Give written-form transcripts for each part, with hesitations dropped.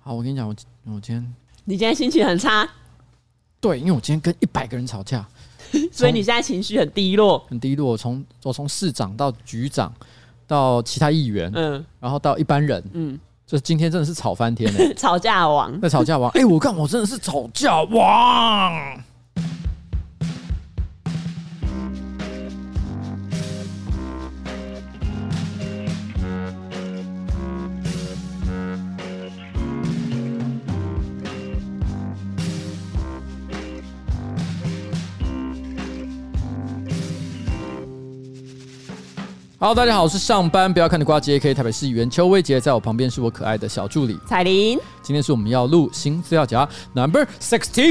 好，我跟你讲，我今天， 你今天心情很差， 对，因为我今天跟100个人吵架， 所以你现在情绪很低落， 很低落。我从市长到局长，到其他议员，然后到一般人，就今天真的是吵翻天了， 吵架王， 在吵架王。我真的是吵架王。Hello， 大家好，我是上班不要看的呱吉 AK 台北市议员邱威杰，在我旁边是我可爱的小助理彩玲。 今天是我们要录新资料夹 Number 61。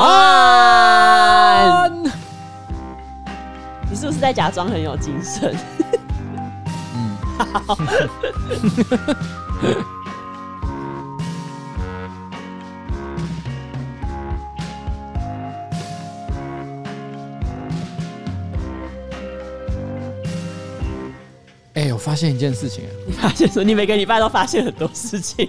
你是不是在假装很有精神？好。 我发现一件事情。 你发现说你每个礼拜都发现很多事情。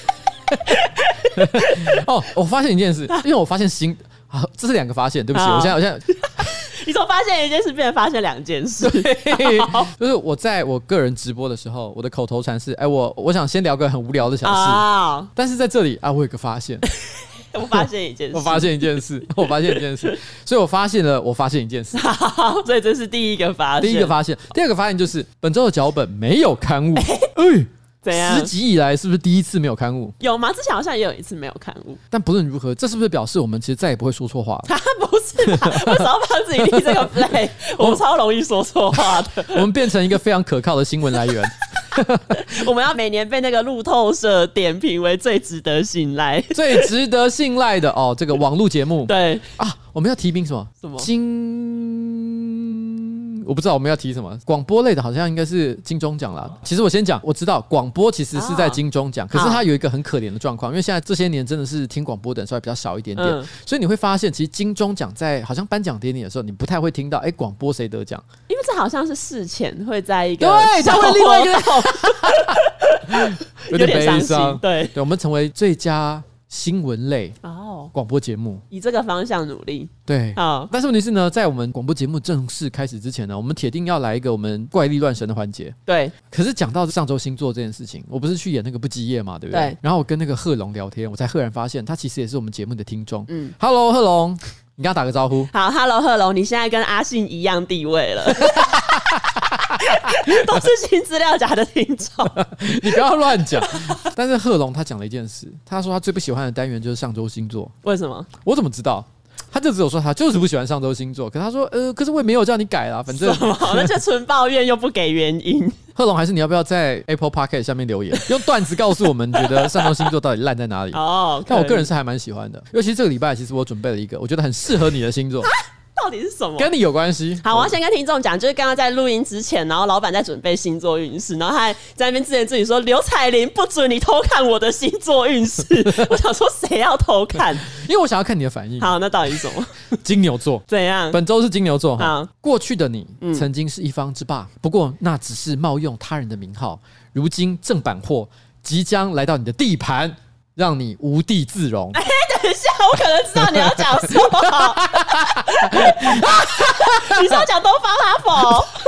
我发现一件事，因为我发现这是2个发现，对不起，我现在你从发现一件事变成发现2件事。 就是我在我个人直播的时候，我的口头禅是我想先聊个很无聊的小事，但是在这里我有个发现。 我发现一件事， 所以我发现一件事， 所以这是第一个发现。 第二个发现就是本周的脚本没有刊物。 怎样？ 10集以来是不是第一次没有刊物？ 有吗？之前好像也有一次没有刊物。 但不论如何，这是不是表示我们其实再也不会说错话了？ 不是吧？为什么要帮自己立这个 flag？ 我们超容易说错话的。 我们变成一个非常可靠的新闻来源。 我们要每年被那个路透社点评为最值得信赖的这个网络节目。 对我们要提名什么？我不知道我们要提什么，广播类的好像应该是金钟奖啦。其实我先讲，我知道广播其实是在金钟奖，可是它有一个很可怜的状况，因为现在这些年真的是听广播的人稍微比较少一点点，所以你会发现，其实金钟奖在好像颁奖典礼的时候，你不太会听到广播谁得奖，因为这好像是事前会在一个对，它会另外一个有点悲伤， 对， 我们成为最佳新闻类广播节目， 以这个方向努力。 对，但是问题是呢，在我们广播节目正式开始之前呢，我们铁定要来一个我们怪力乱神的环节。 对， 可是讲到上周星座这件事情，我不是去演那个不羁夜嘛，对不对？然后我跟那个贺龙聊天，我才赫然发现他其实也是我们节目的听众。Hello 贺龙，你跟他打个招呼。 好 ，Hello 贺龙，你现在跟阿信一样地位了。都是新资料夹的听众。 你不要乱讲。但是贺龙他讲了一件事，他说他最不喜欢的单元就是上周星座。 为什么？ 我怎么知道？他就只有说他就是不喜欢上周星座，可他说可是我也没有叫你改啦，反正那就纯抱怨又不给原因。 贺龙，还是你要不要在 Apple Podcast 下面留言，用段子告诉我们，觉得上周星座到底烂在哪里？但我个人是还蛮喜欢的，尤其这个礼拜，其实我准备了一个我觉得很适合你的星座。 到底是什么？ 跟你有关系。 好，我要先跟听众讲，就是刚刚在录音之前，然后老板在准备星座运势，然后他还在那边自言自语说：“刘彩玲，不准你偷看我的星座运势。”我想说，谁要偷看？ 因为我想要看你的反应。 好，那到底是什么？ 金牛座。 怎样？ 本周是金牛座。 好， 过去的你曾经是一方之霸，不过那只是冒用他人的名号，如今正版货即将来到你的地盘，让你无地自容。 等一下，我可能知道你要讲什么。你是要讲东方哈佛？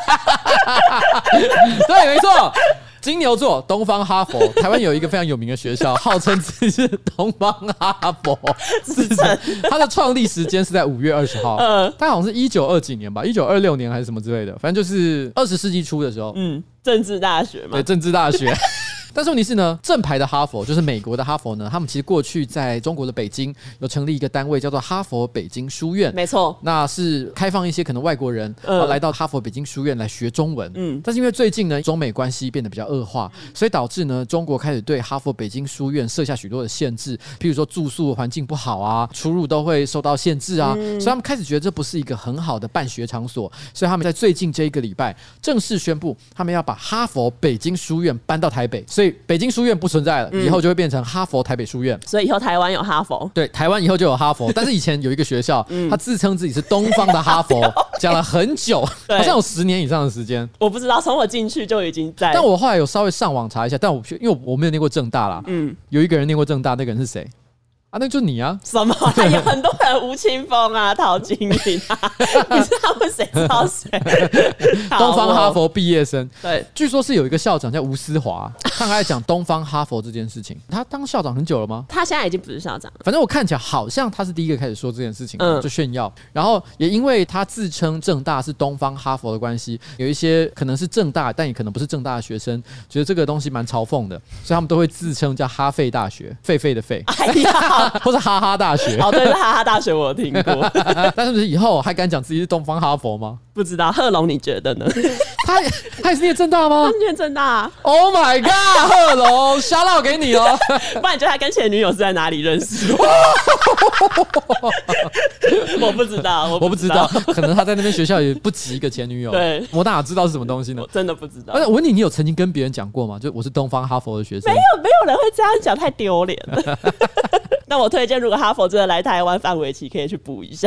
对，没错。金牛座，东方哈佛，台湾有一个非常有名的学校，号称自己是东方哈佛，自称它的创立时间是在5月20号，它好像是1920几年吧，1926年还是什么之类的，反正就是20世纪初的时候。 政治大学嘛， 对，政治大学。但是问题是呢，正牌的哈佛就是美国的哈佛呢，他们其实过去在中国的北京有成立一个单位叫做哈佛北京书院， 没错， 那是开放一些可能外国人来到哈佛北京书院来学中文。但是因为最近呢，中美关系变得比较恶化，所以导致呢，中国开始对哈佛北京书院设下许多的限制，譬如说住宿环境不好啊，出入都会受到限制啊，所以他们开始觉得这不是一个很好的办学场所，所以他们在最近这一个礼拜正式宣布，他们要把哈佛北京书院搬到台北，所以所以北京书院不存在了，以后就会变成哈佛台北书院。 所以以后台湾有哈佛， 对，台湾以后就有哈佛，但是以前有一个学校，他自称自己是东方的哈佛，讲了很久，好像有10年以上的时间。 我不知道，从我进去就已经在。 但我后来有稍微上网查一下，但因为我没有念过政大啦，有一个人念过政大，那个人是谁？啊，那就是你啊！ 什么？有很多人，吴青峰啊，陶晶莹啊，你知道问谁知道谁？ 东方哈佛毕业生， 对， 据说是有一个校长叫吴思华，他在讲东方哈佛这件事情。他当校长很久了吗？ 他现在已经不是校长了。 反正我看起来好像他是第一个开始说这件事情，就炫耀。然后也因为他自称政大是东方哈佛的关系，有一些可能是政大，但也可能不是政大的学生，觉得这个东西蛮嘲讽的，所以他们都会自称叫哈费大学，狒狒的狒。哎呀！或是哈哈大学。 哦，对，是哈哈大学，我有听过。 但是以后还敢讲自己是东方哈佛吗？ 不知道，贺龙你觉得呢？ 他也是念政大吗？ 他念政大啊。 Oh my god， 贺龙，shout out给你哦。 不然你觉得他跟前女友是在哪里认识？我不知道， 我不知道，可能他在那边学校也不止一个前女友。 对， 我哪知道是什么东西呢？ 我真的不知道。 而且我问你，你有曾经跟别人讲过吗？就我是东方哈佛的学生。 没有人会这样讲，太丢脸了。那我推荐，如果哈佛真的来台湾，范玮琪可以去补一下。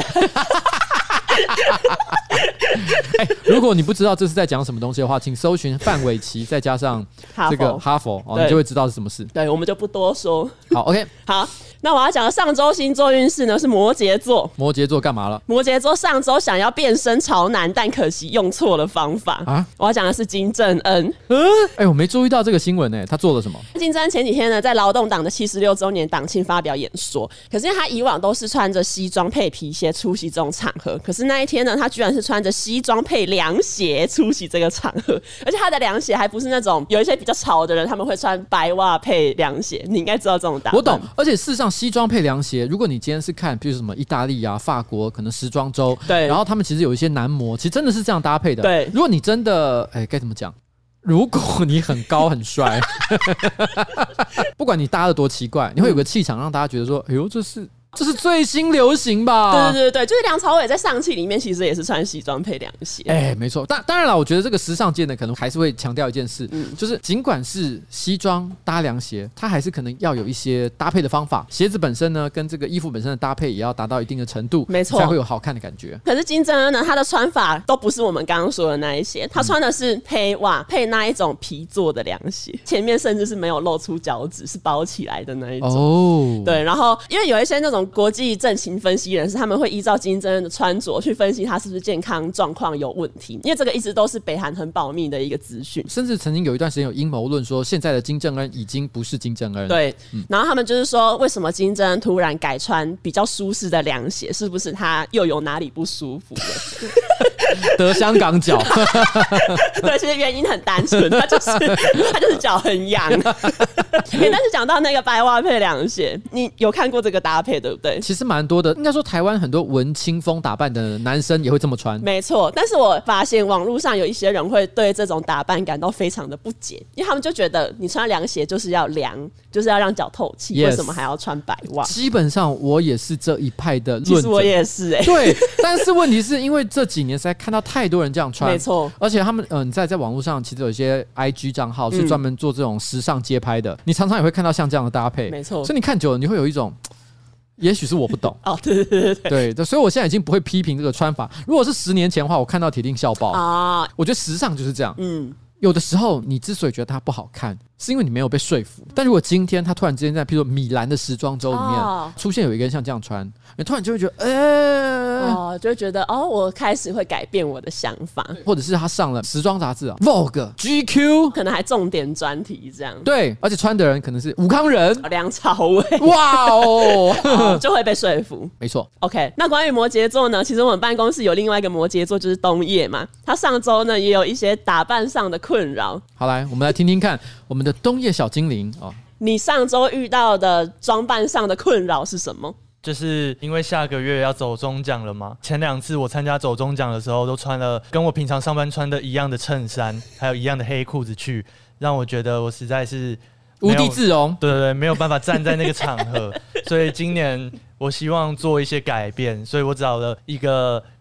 如果你不知道这是在讲什么东西的话，请搜寻范玮琪再加上这个哈佛，你就会知道是什么事。 对，我们就不多说。 好 ，OK， 好。那我要讲的上周星座运势呢是摩羯座。 摩羯座干嘛了？ 摩羯座上周想要变身潮男，但可惜用错了方法啊！我要讲的是金正恩。 我没注意到这个新闻他做了什么？ 金正恩前几天呢，在劳动党的76周年党庆发表演说，可是因为他以往都是穿着西装配皮鞋出席这种场合，可是那一天呢，他居然是穿着西装配凉鞋出席这个场合，而且他的凉鞋还不是那种有一些比较潮的人他们会穿白袜配凉鞋，你应该知道这种打扮。 我懂，而且事实上西装配凉鞋，如果你今天是看比如什么意大利啊、法国，可能时装周， 对， 然后他们其实有一些男模，其实真的是这样搭配的。 对， 如果你真的该怎么讲？如果你很高很帅，不管你搭的多奇怪，你会有个气场让大家觉得说，哎呦，这是最新流行吧？ 对，就是梁朝伟在上汽里面其实也是穿西装配凉鞋。 没错。当然了，我觉得这个时尚界呢，可能还是会强调一件事，就是尽管是西装搭凉鞋，它还是可能要有一些搭配的方法。鞋子本身呢，跟这个衣服本身的搭配也要达到一定的程度， 没错， 才会有好看的感觉。 可是金正恩呢，他的穿法都不是我们刚刚说的那一些，他穿的是黑袜配那一种皮做的凉鞋，前面甚至是没有露出脚趾，是包起来的那一种。哦，对，然后因为有一些那种国际政情分析人士，他们会依照金正恩的穿着去分析他是不是健康状况有问题，因为这个一直都是北韩很保密的一个资讯， 甚至曾经有一段时间有阴谋论说，现在的金正恩已经不是金正恩。 对，然后他们就是说，为什么金正恩突然改穿比较舒适的凉鞋，是不是他又有哪里不舒服了？ 得香港脚。 对，其实原因很单纯，他就是脚很痒。但是讲到那个白袜配凉鞋，你有看过这个搭配对不对？ 其实蛮多的，应该说台湾很多文青风打扮的男生也会这么穿。 没错，但是我发现网络上有一些人会对这种打扮感到非常的不解，因为他们就觉得你穿凉鞋就是要凉，就是要让脚透气， 为什么还要穿白袜？ 基本上我也是这一派的论者。 其实我也是对，但是问题是因为这几年实在看到太多人这样穿， 没错， 而且他们你在网络上其实有一些 IG 账号是专门做这种时尚街拍的，你常常也会看到像这样的搭配， 没错， 所以你看久了你会有一种。也许是我不懂哦，对， 所以我现在已经不会批评这个穿法。如果是10年前的话，我看到铁定笑爆啊！我觉得时尚就是这样，有的时候你之所以觉得它不好看，是因为你没有被说服。但如果今天他突然之间在，譬如说米兰的时装周里面出现有一个人像这样穿，你突然就会觉得， 就会觉得我开始会改变我的想法， 或者是他上了时装杂志Vogue、GQ， 可能还重点专题这样。 对，而且穿的人可能是吴康仁、 梁朝伟， 哇哦， 就会被说服。 没错。 OK， 那关于摩羯座呢？其实我们办公室有另外一个摩羯座，就是东野嘛。他上周呢也有一些打扮上的困扰。 好，来我们来听听看我们的东野小精灵你上周遇到的装扮上的困扰是什么？ 就是因为下个月要走中奖了嘛，前2次我参加走中奖的时候，都穿了跟我平常上班穿的一样的衬衫，还有一样的黑裤子去，让我觉得我实在是无地自容。 对，没有办法站在那个场合，所以今年我希望做一些改变，所以我找了一个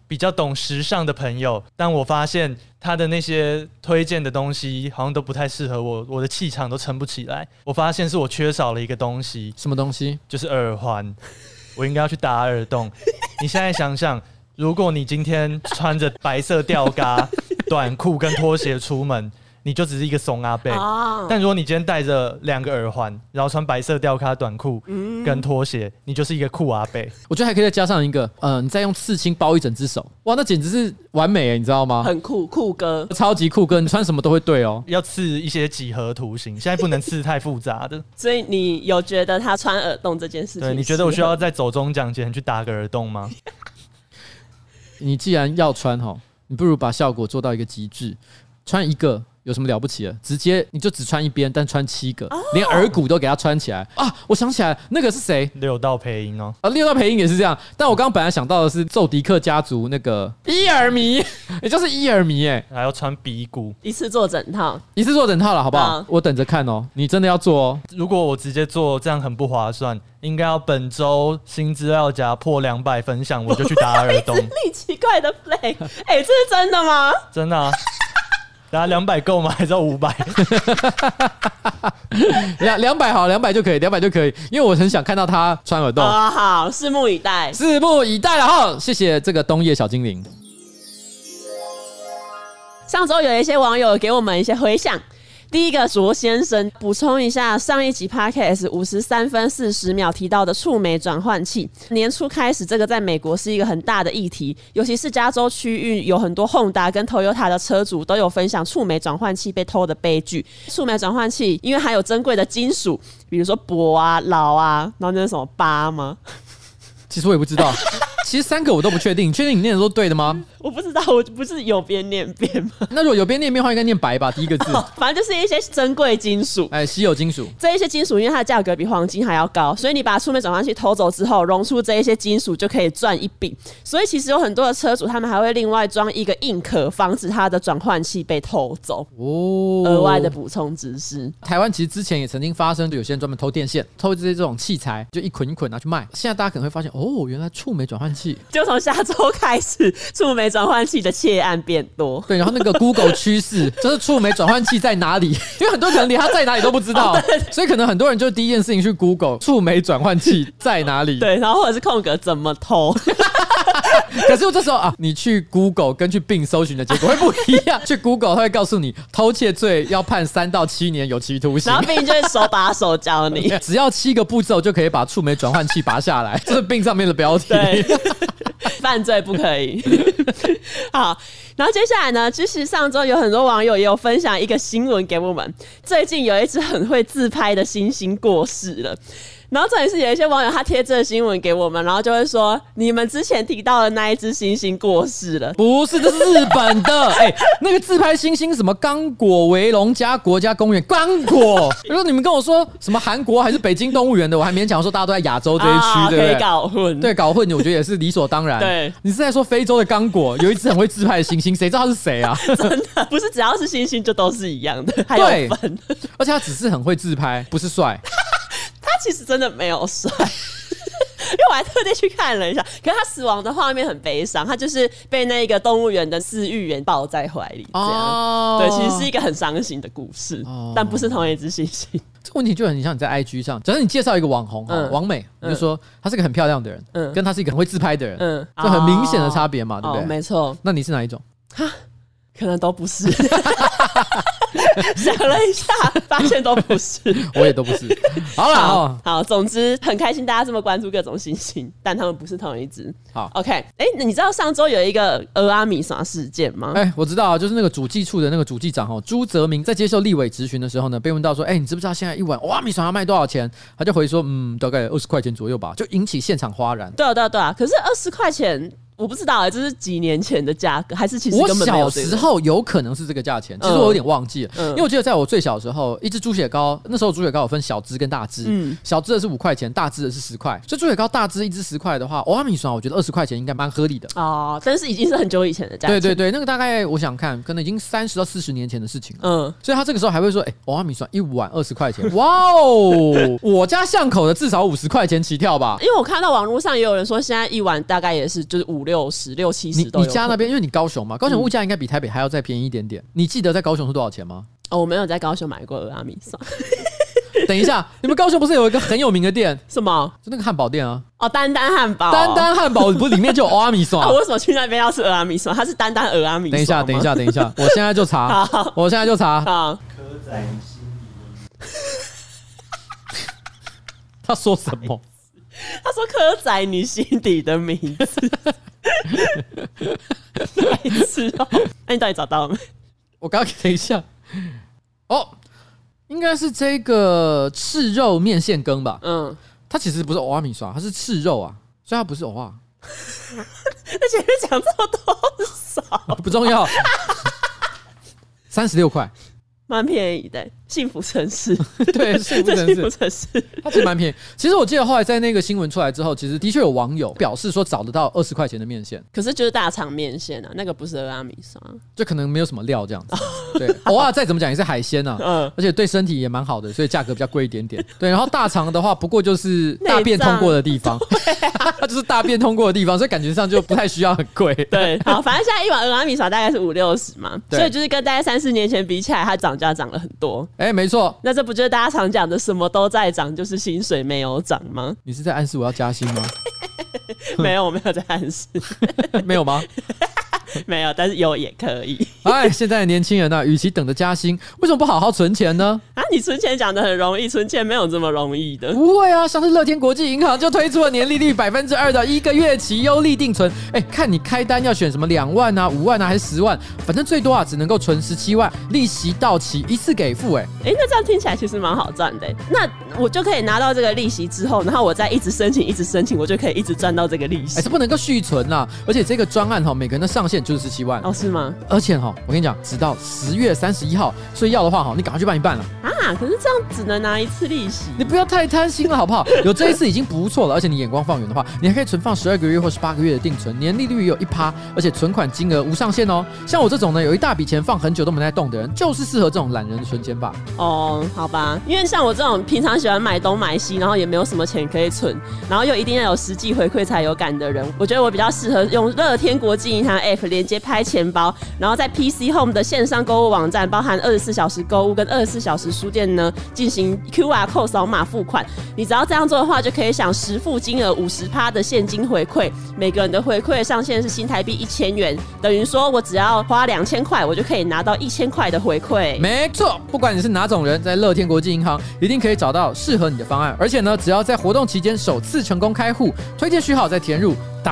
比较懂时尚的朋友，但我发现他的那些推荐的东西好像都不太适合我，我的气场都撑不起来。我发现是我缺少了一个东西。 什么东西？ 就是耳环。我应该要去打耳洞。你现在想想，如果你今天穿着白色吊嘎短裤跟拖鞋出门，你就只是一个怂阿伯。但如果你今天戴着2个耳环，然后穿白色吊嘎短裤跟拖鞋，你就是一个酷阿伯。 我觉得还可以再加上一个，你再用刺青包一整只手，哇，那简直是完美耶，你知道吗？ 很酷，酷哥， 超级酷哥，你穿什么都会对哦。 要刺一些几何图形，现在不能刺太复杂的。 所以你有觉得他穿耳洞这件事情？ 对，你觉得我需要在走中奖前去打个耳洞吗？ 你既然要穿齁，你不如把效果做到一个极致，穿一个。有什么了不起的？直接你就只穿一边，但穿7个，连耳骨都给它穿起来啊！我想起来，那个是谁 ？6道配音哦。 6道配音也是这样。但我刚刚本来想到的是奏迪克家族那个伊尔迷，也就是伊尔迷哎， 还要穿鼻骨， 一次做整套， 一次做整套了，好不好？我等着看哦。你真的要做哦？ 如果我直接做，这样很不划算。应该要本周新资料夹破200分享，我就去打耳洞。 你奇怪的 play， 这是真的吗？ 真的啊。大家200够吗？还是要500 ？200好，200就可以，200就可以，因为我很想看到他穿耳洞。 好，拭目以待， 拭目以待了哈。谢谢这个冬叶小精灵。 上周有一些网友给我们一些回响。第一个卓先生补充一下上一集 Podcast 53分40秒提到的触媒转换器，年初开始这个在美国是一个很大的议题，尤其是加州区域有很多 Honda 跟 Toyota 的车主都有分享触媒转换器被偷的悲剧。触媒转换器因为含有珍贵的金属，比如说铂啊、铑啊，然后那是什么钯吗？ 其实我也不知道。其实3个我都不确定，你确定你念的都对的吗？ 我不知道，我不是有边念边吗？ 那如果有边念边的话，应该念白吧？第一个字， 反正就是一些珍贵金属， 稀有金属。 这一些金属因为它的价格比黄金还要高，所以你把触媒转换器偷走之后，溶出这一些金属就可以赚一笔。所以其实有很多的车主，他们还会另外装一个硬壳，防止它的转换器被偷走。额外的补充知识。 台湾其实之前也曾经发生，有些人专门偷电线、偷这种器材，就一捆一捆拿去卖。现在大家可能会发现，原来触媒转换器就从下周开始，触媒转换器的窃案变多。 对，然后那个 Google 趋势就是触媒转换器在哪里？因为很多人连它在哪里都不知道，所以可能很多人就第一件事情去 Google 触媒转换器在哪里。 对，然后或者是空格怎么偷。 可是我这时候你去 Google 跟去 Bing 搜寻的结果会不一样。去 Google 它会告诉你偷窃罪要判3到7年有期徒刑， 然后 Bing 就会手把手教你， 只要7个步骤就可以把触媒转换器拔下来。这是 Bing 上面的标题。 对，犯罪不可以。好，然后接下来呢，其实上周有很多网友也有分享一个新闻给我们，最近有一只很会自拍的猩猩过世了。然后这也是有一些网友他贴这个新闻给我们，然后就会说你们之前提到的那一只猩猩过世了。 不是，这是日本的。那个自拍猩猩什么刚果维龙家国家公园，刚果。如果你们跟我说什么韩国还是北京动物园的，我还勉强说大家都在亚洲这一区，对不对？ 可以搞混。 对，搞混我觉得也是理所当然。 对， 你是在说非洲的刚果有一只很会自拍的猩猩，谁知道他是谁啊？ 真的不是只要是猩猩就都是一样的，还有分。 而且他只是很会自拍，不是帅。 他其实真的没有帅，因为我还特地去看了一下，可是他死亡的画面很悲伤，他就是被那个动物园的饲育员抱在怀里，这样。对，其实是一个很伤心的故事，但不是同一只猩猩。 这个问题就很像你在 IG 上，假设你介绍一个网红王美，你就说她是个很漂亮的人，跟她是一个很会自拍的人，就很明显的差别嘛，对不对？ 没错。 那你是哪一种？ 可能都不是。想了一下，发现都不是。我也都不是。好啦， 好，总之很开心大家这么关注各种猩猩，但他们不是同一只。 好 ，OK。那你知道上周有一个俄阿米耍事件吗？ 我知道，就是那个主计处的那个主计长朱泽明在接受立委质询的时候呢，被问到说，你知不知道现在一碗阿米耍要卖多少钱？他就回说，大概20块钱左右吧，就引起现场哗然。 对啊，可是20块钱。我不知道这是几年前的价格，还是其实根本没有我小时候有可能是这个价钱，其实我有点忘记了，因为我记得在我最小的时候，一只猪血糕，那时候猪血糕有分小只跟大只，小只的是5块钱，大只的是10块，所以猪血糕大只一只10块的话，阿米爽我觉得20块钱应该蛮合理的但是已经是很久以前的价钱。 对，那个大概我想看，可能已经30到40年前的事情了。所以他这个时候还会说，阿米爽一碗20块钱，哇哦，我家巷口的至少50块钱起跳吧？ 因为我看到网络上也有人说，现在一碗大概也是就是5、 50-60、60-70都有。 你家那边，因为你高雄嘛，高雄物价应该比台北还要再便宜一点点。你记得在高雄是多少钱吗？ 我没有在高雄买过蚵仔米线。 等一下，你们高雄不是有一个很有名的店？ 什么？ 就那个汉堡店啊。 丹丹汉堡。 丹丹汉堡不是里面就有蚵仔米线？ 我为什么去那边要吃蚵仔米线？它是丹丹蚵仔米线。 等一下，我现在就查。我现在就查。 蚵仔你心里。 他说什么？ 他说蚵仔你心底的名字。白痴哦！那你到底找到了没？ 我刚刚等一下。应该是这个赤肉面线羹吧？它其实不是蚵仔米线，它是赤肉啊，所以它不是蚵仔。 那前面讲这么多少？ 不重要。36块。 蛮便宜的，幸福城市。 对，幸福城市，它其实蛮便宜。其实我记得后来在那个新闻出来之后，其实的确有网友表示说找得到20块钱的面线， 可是就是大肠面线啊，那个不是蚵仔米线， 就可能没有什么料这样子。对，蚵仔再怎么讲也是海鲜啊，而且对身体也蛮好的，所以价格比较贵一点点。对，然后大肠的话，不过就是大便通过的地方，它就是大便通过的地方，所以感觉上就不太需要很贵。 对，好，反正现在一碗蚵仔米线大概是50-60嘛，所以就是跟大概3-4年前比起来，它价涨了很多。 没错。 那这不就是大家常讲的什么都在涨，就是薪水没有涨吗？ 你是在暗示我要加薪吗？ 没有，我没有在暗示。 没有吗？ 没有，但是有也可以。 现在的年轻人啊，与其等着加薪，为什么不好好存钱呢？ 你存钱讲得很容易，存钱没有这么容易的。 不会啊，像是乐天国际银行就推出了年利率2%的1个月期优利定存。看你开单要选什么2万啊、5万啊还是10万，反正最多啊只能够存17万，利息到期一次给付。 那这样听起来其实蛮好赚的。那我就可以拿到这个利息之后，然后我再一直申请，我就可以一直赚到这个利息。 是不能够续存啦，而且这个专案每个人的上限就是17万。 是吗？ 而且我跟你讲，直到10月31号，所以要的话你赶快去办一办了。 可是这样只能拿1次利息， 你不要太贪心了好不好？有这一次已经不错了，而且你眼光放远的话，你还可以存放12个月或18个月的定存，年利率也有1%，而且存款金额无上限哦。像我这种呢，有一大笔钱放很久都没在动的人，就是适合这种懒人的存钱法。 好吧，因为像我这种平常喜欢买东买西，然后也没有什么钱可以存，然后又一定要有实际回馈才有感的人，我觉得我比较适合用乐天国际银行 App 连接拍钱包，然后在 PC Home 的线上购物网站，包含24小时购物跟24小时书店呢，进行 QR Code 扫码付款。你只要这样做的话，就可以享实付金额50%的现金回馈，每个人的回馈上限是新台币1000元，等于说我只要花2000块，我就可以拿到1000块的回馈。 没错，不管你是哪种人，在乐天国际银行一定可以找到适合你的方案，而且呢，只要在活动期间首次成功开户，推荐序号再填入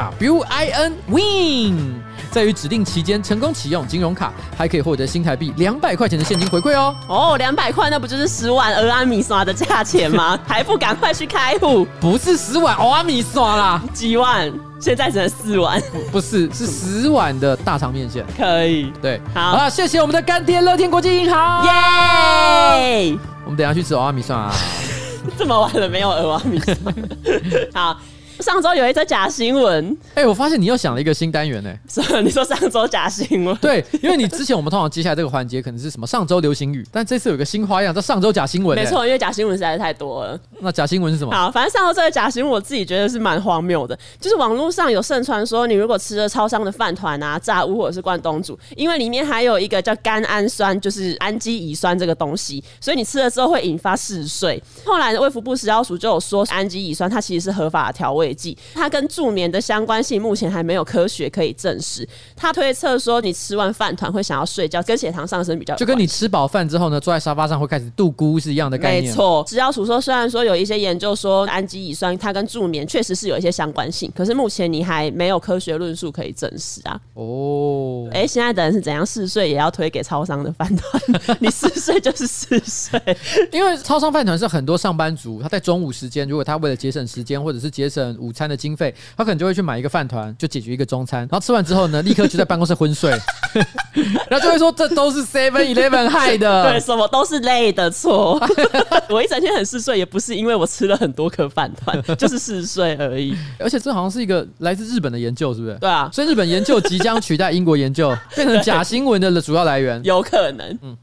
WIN， 在于指定期间成功启用金融卡，还可以获得新台币200块钱的现金回馈哦。 200块那不就是10碗蚵仔米线的价钱吗？还不赶快去开户？ 不是10碗蚵仔米线啦， 几万？现在只能4碗。 不是，是10碗的大肠面线。 可以， 对， 好， 谢谢我们的干爹乐天国际银行， 耶！ 我们等一下去吃蚵仔米线啊。 这么晚了没有蚵仔米线？好。上周有一则假新闻， 我发现你又想了一个新单元你说上周假新闻？ 对，因为你之前我们通常接下来这个环节可能是什么上周流行语，但这次有个新花样，叫上周假新闻。 没错，因为假新闻实在是太多了。 那假新闻是什么？ 好，反正上周这个假新闻，我自己觉得是蛮荒谬的，就是网络上有盛传说，你如果吃了超商的饭团啊、炸物或者是关东煮，因为里面还有一个叫甘氨酸，就是氨基乙酸这个东西，所以你吃了之后会引发嗜睡。后来卫福部食药署就有说，氨基乙酸它其实是合法的调味剂，它跟助眠的相关性目前还没有科学可以证实。他推测说，你吃完饭团会想要睡觉，跟血糖上升比较有关系， 就跟你吃饱饭之后呢，坐在沙发上会开始度咕是一样的概念。 没错，食药署说，虽然说有一些研究说氨基乙酸它跟助眠确实是有一些相关性，可是目前你还没有科学论述可以证实啊。现在的人是怎样嗜睡也要推给超商的饭团？你嗜睡就是嗜睡， 因为超商饭团是很多上班族他在中午时间，如果他为了节省时间或者是节省午餐的经费，他可能就会去买一个饭团，就解决一个中餐，然后吃完之后呢，立刻就在办公室昏睡，然后就会说这都是 7-Eleven 害的， 对，什么都是累的错。我一整天很嗜睡，也不是因为我吃了很多颗饭团，就是嗜睡而已。 而且这好像是一个来自日本的研究，是不是？ 对啊， 所以日本研究即将取代英国研究，变成假新闻的主要来源， 有可能。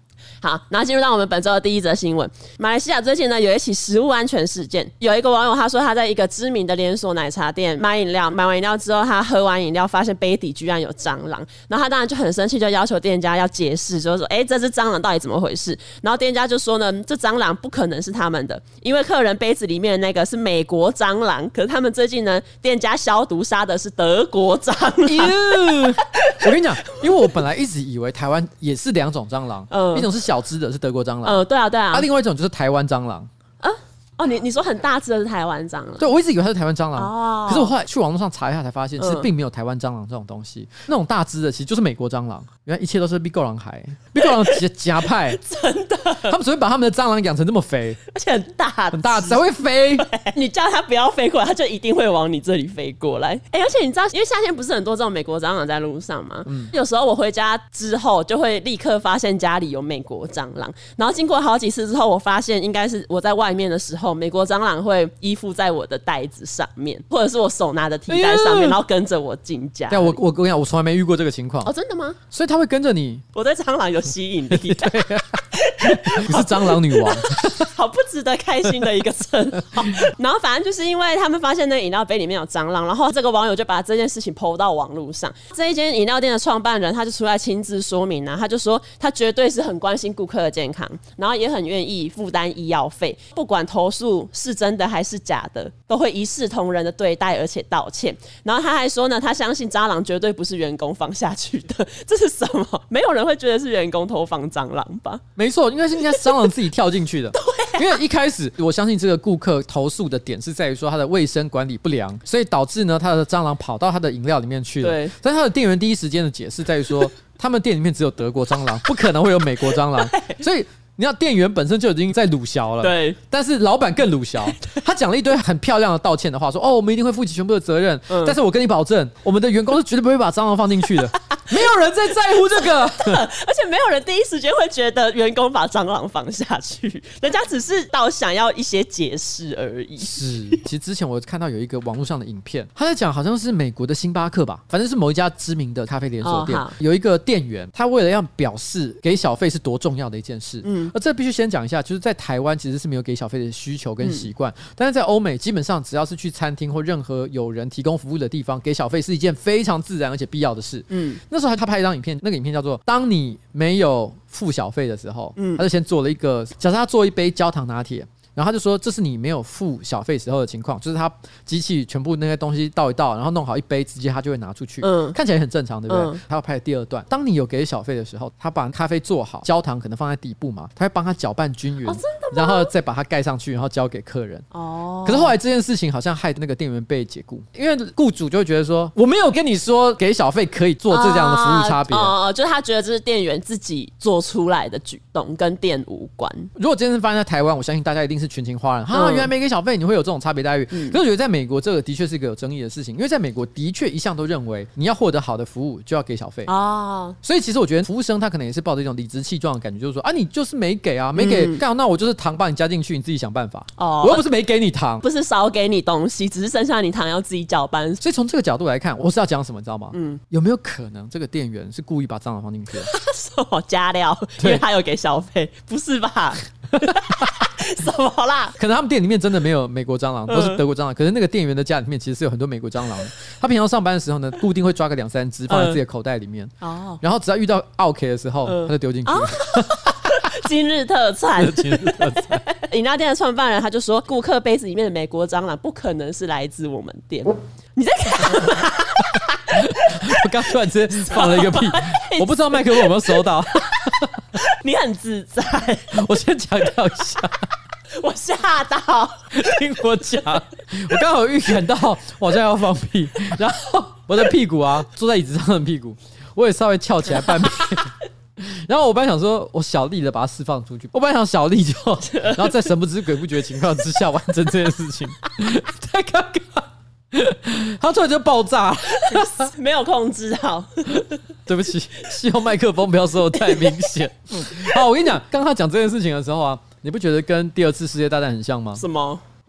好，然后进入到我们本周的第一则新闻。马来西亚最近呢有一起食物安全事件，有一个网友他说他在一个知名的连锁奶茶店买饮料，买完饮料之后他喝完饮料发现杯底居然有蟑螂，然后他当然就很生气，就要求店家要解释，就是说这只蟑螂到底怎么回事。然后店家就说呢，这蟑螂不可能是他们的，因为客人杯子里面的那个是美国蟑螂，可是他们最近呢店家消毒杀的是德国蟑螂。 我跟你讲，因为我本来一直以为台湾也是2种蟑螂，一种是小只的是德国蟑螂， 对啊， 另外一种就是台湾蟑螂。 你说很大只的是台湾蟑螂？ 对，我一直以为它是台湾蟑螂，可是我后来去网络上查一下才发现，其实并没有台湾蟑螂这种东西。那种大只的其实就是美国蟑螂，原来一切都是美国狼孩，美国狼夹派， 真的， 他们只会把他们的蟑螂养成这么肥， 而且很大才会飞。 你叫它不要飞过来，它就一定会往你这里飞过来。而且你知道，因为夏天不是很多这种美国蟑螂在路上吗？有时候我回家之后就会立刻发现家里有美国蟑螂，然后经过好几次之后，我发现应该是我在外面的时候，美国蟑螂会依附在我的袋子上面，或者是我手拿的提袋上面，然后跟着我进家。 对，我跟你讲，我从来没遇过这个情况。 哦，真的吗？ 所以它会跟着你。 我对蟑螂有吸引力。 对，你是蟑螂女王。 好不值得开心的一个称号。然后反正就是因为他们发现那个饮料杯里面有蟑螂，然后这个网友就把这件事情 po 到网络上。这一间饮料店的创办人他就出来亲自说明他就说他绝对是很关心顾客的健康，然后也很愿意负担医药费，不管投诉是真的还是假的，都会一视同仁的对待，而且道歉。然后他还说呢，他相信蟑螂绝对不是员工放下去的。这是什么？没有人会觉得是员工偷放蟑螂吧？ 没错，应该是蟑螂自己跳进去的。因为一开始我相信这个顾客投诉的点是在于说他的卫生管理不良，所以导致呢他的蟑螂跑到他的饮料里面去了。 对， 但他的店员第一时间的解释在于说，他们店里面只有德国蟑螂，不可能会有美国蟑螂，所以。你知道店员本身就已经在鲁小了， 对， 但是老板更鲁小，他讲了一堆很漂亮的道歉的话，说我们一定会负起全部的责任，但是我跟你保证，我们的员工是绝对不会把蟑螂放进去的，没有人在乎这个， 而且没有人第一时间会觉得员工把蟑螂放下去，人家只是到想要一些解释而已。 是，其实之前我看到有一个网络上的影片，他在讲好像是美国的星巴克吧，反正是某一家知名的咖啡连锁店，有一个店员，他为了要表示给小费是多重要的一件事，而这必须先讲一下，就是在台湾其实是没有给小费的需求跟习惯，但是在欧美基本上只要是去餐厅或任何有人提供服务的地方，给小费是一件非常自然而且必要的事。那时候他拍一张影片，那个影片叫做“当你没有付小费的时候”，他就先做了一个，假设他做一杯焦糖拿铁。然后他就说，这是你没有付小费时候的情况，就是他机器全部那些东西倒一倒，然后弄好一杯，直接他就会拿出去，看起来很正常，对不对？他要拍第二段，当你有给小费的时候，他把咖啡做好，焦糖可能放在底部嘛，他会帮他搅拌均匀，然后再把它盖上去，然后交给客人。可是后来这件事情好像害那个店员被解雇，因为雇主就会觉得说，我没有跟你说给小费可以做这样的服务差别， 就是他觉得这是店员自己做出来的举动，跟店无关。 如果真的发生在台湾，我相信大家一定是群情哗然，原来没给小费你会有这种差别待遇。可是我觉得在美国这个的确是一个有争议的事情，因为在美国的确一向都认为你要获得好的服务就要给小费所以其实我觉得服务生他可能也是抱着一种理直气壮的感觉，就是说你就是没给啊，没给干那我就是糖帮你加进去，你自己想办法。我又不是没给你糖， 不是少给你东西，只是剩下你糖要自己搅拌。 所以从这个角度来看，我是要讲什么你知道吗？有没有可能这个店员是故意把蟑螂放进去的？ 什么加料？因为他有给小费，不是吧？什么啦？ 可能他们店里面真的没有美国蟑螂，都是德国蟑螂。可是那个店员的家里面其实是有很多美国蟑螂的。他平常上班的时候呢，固定会抓个2-3只放在自己的口袋里面，然后只要遇到 OK 的时候，他就丢进去。 今日特产，饮料店的创办人他就说，顾客杯子里面的美国蟑螂不可能是来自我们店。你在干嘛？ 我刚突然之间放了一个屁，我不知道麦克风有没有收到。 你很自在， 我先强调一下， 我吓到， 听我讲，我刚好预感到我好像要放屁，然后我的屁股坐在椅子上的屁股，我也稍微翘起来半边。然后我本来想说，我小力的把它释放出去。我本来想小力就，然后在神不知鬼不觉的情况之下完成这件事情，太尴尬。他突然就爆炸， 没有控制好。 对不起，希望麦克风不要收得太明显。好，我跟你讲，刚他讲这件事情的时候你不觉得跟第2次世界大战很像吗？ 什么？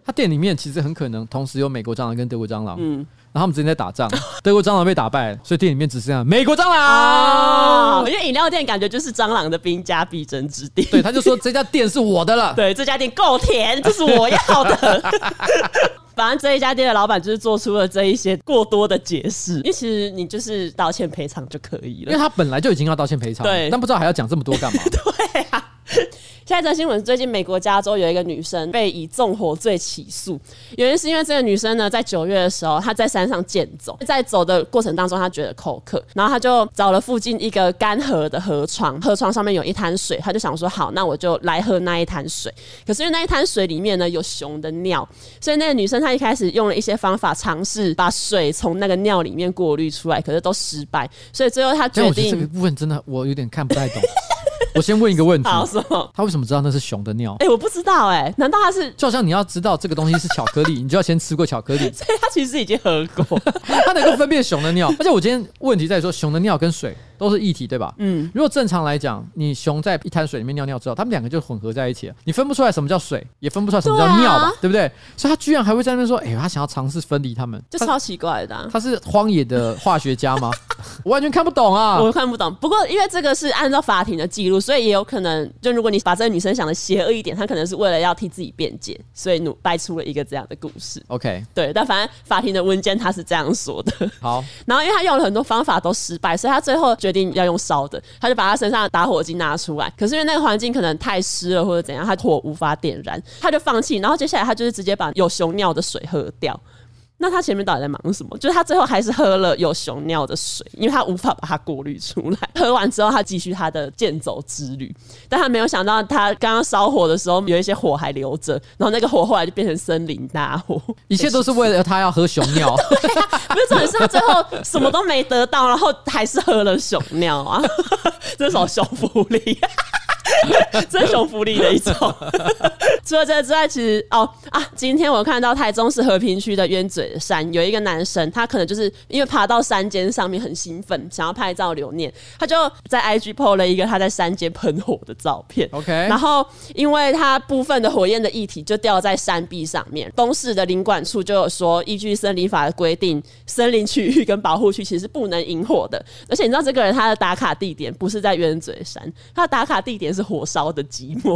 他店里面其实很可能同时有美国蟑螂跟德国蟑螂，然后他们之前在打仗，德国蟑螂被打败，所以店里面只剩下美国蟑螂。 因为饮料店感觉就是蟑螂的兵家必争之地。 对，他就说这家店是我的了。 对，这家店够甜，这是我要的。反正这一家店的老板就是做出了这一些过多的解释，因为其实你就是道歉赔偿就可以了， 因为他本来就已经要道歉赔偿，对，但不知道还要讲这么多干嘛？ 对啊。下一则新闻，最近美国加州有一个女生被以纵火罪起诉，原因是因为这个女生呢，在9月的时候，她在山上健走，在走的过程当中，她觉得口渴，然后她就找了附近一个干涸的河床，河床上面有一滩水，她就想说，好，那我就来喝那一滩水。可是因为那一滩水里面呢有熊的尿，所以那个女生她一开始用了一些方法尝试把水从那个尿里面过滤出来，可是都失败，所以最后她决定。 我觉得这个部分真的我有点看不太懂。我先问一个问题， 好，什么？ 他为什么知道那是熊的尿？ 我不知道难道他是？ 就好像你要知道这个东西是巧克力，你就要先吃过巧克力， 所以他其实已经喝过， 他能够分辨熊的尿。而且我今天问题在于说，熊的尿跟水都是液体，对吧？如果正常来讲，你熊在一滩水里面尿尿之后，他们两个就混合在一起了，你分不出来什么叫水，也分不出来什么叫尿吧，对不对？所以他居然还会在那边说，他想要尝试分离他们， 就超奇怪的。 他是荒野的化学家吗？我完全看不懂啊！ 我看不懂。不过因为这个是按照法庭的记录，所以也有可能，就如果你把这个女生想的邪恶一点，她可能是为了要替自己辩解，所以掰出了一个这样的故事。 OK， 对，但反正法庭的文件他是这样说的。 好， 然后因为他用了很多方法都失败，所以他最后决定要用烧的，他就把他身上的打火机拿出来。可是因为那个环境可能太湿了或者怎样，他火无法点燃，他就放弃。然后接下来他就是直接把有熊尿的水喝掉。那他前面到底在忙什么？就是他最后还是喝了有熊尿的水，因为他无法把它过滤出来。喝完之后，他继续他的健走之旅，但他没有想到，他刚刚烧火的时候有一些火还留着，然后那个火后来就变成森林大火。 一切都是为了他要喝熊尿。 不是重点是他最后什么都没得到，然后还是喝了熊尿啊！这是熊福利。这是熊福利的一种。除了这个之外，其实今天我看到台中市和平区的鸢嘴山有一个男生，他可能就是因为爬到山尖上面很兴奋，想要拍照留念，他就在 IG po 了一个他在山间喷火的照片。 OK， 然后因为他部分的火焰的液体就掉在山壁上面，东市的林管处就有说，依据森林法的规定，森林区域跟保护区其实是不能引火的。而且你知道这个人他的打卡地点不是在鸢嘴山，他的打卡地点是火烧的寂寞。